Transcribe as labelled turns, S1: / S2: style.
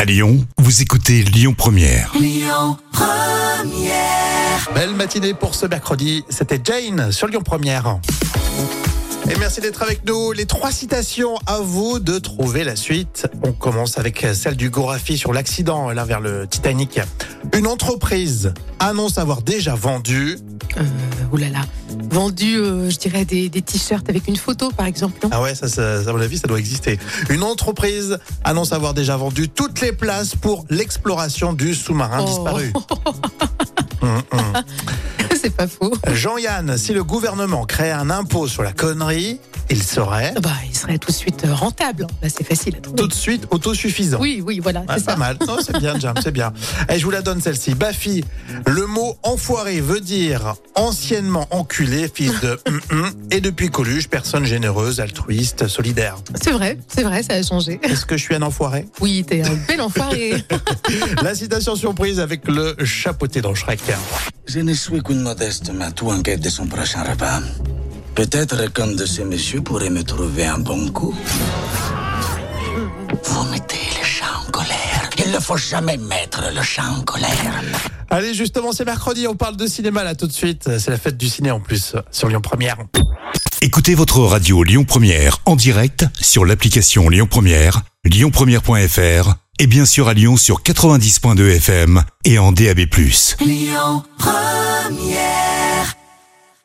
S1: À Lyon, vous écoutez Lyon Première.
S2: Lyon Première.
S3: Belle matinée pour ce mercredi, c'était Jane sur Lyon Première. Et merci d'être avec nous. Les 3 citations, à vous de trouver la suite. On commence avec celle du Gorafi sur l'accident là vers le Titanic. Une entreprise annonce avoir déjà vendu.
S4: Oulala, vendu, je dirais des t-shirts avec une photo par exemple, non?
S3: Ah ouais, ça, à mon avis, ça doit exister. Une entreprise annonce avoir déjà vendu toutes les places pour l'exploration du sous-marin disparu.
S4: C'est pas faux.
S3: Jean-Yann, si le gouvernement crée un impôt sur la connerie, il serait
S4: Il serait tout de suite rentable. Là, c'est facile à trouver.
S3: tout de suite autosuffisant.
S4: Oui, voilà,
S3: Ah,
S4: c'est
S3: pas
S4: ça.
S3: mal. Non, c'est bien, Jam, c'est bien. Et je vous la donne celle-ci. Bafi, le mot enfoiré veut dire anciennement enculé, fils de et depuis Coluche, personne généreuse, altruiste, solidaire.
S4: C'est vrai, ça a changé.
S3: Est-ce que je suis un enfoiré?
S4: Oui, t'es un bel enfoiré.
S3: La citation surprise avec le chapeauté dans Shrek.
S5: Je ne suis qu'une modeste matou en quête de son prochain repas. Peut-être qu'un de ces messieurs pourrait me trouver un bon coup. Vous mettez le chat en colère. Il ne faut jamais mettre le chat en colère.
S3: Allez, justement, c'est mercredi, on parle de cinéma là tout de suite. C'est la fête du ciné en plus sur Lyon Première.
S1: Écoutez votre radio Lyon Première en direct sur l'application Lyon Première, lyonpremière.fr et bien sûr à Lyon sur 90.2 FM et en DAB+.
S2: Lyon Première.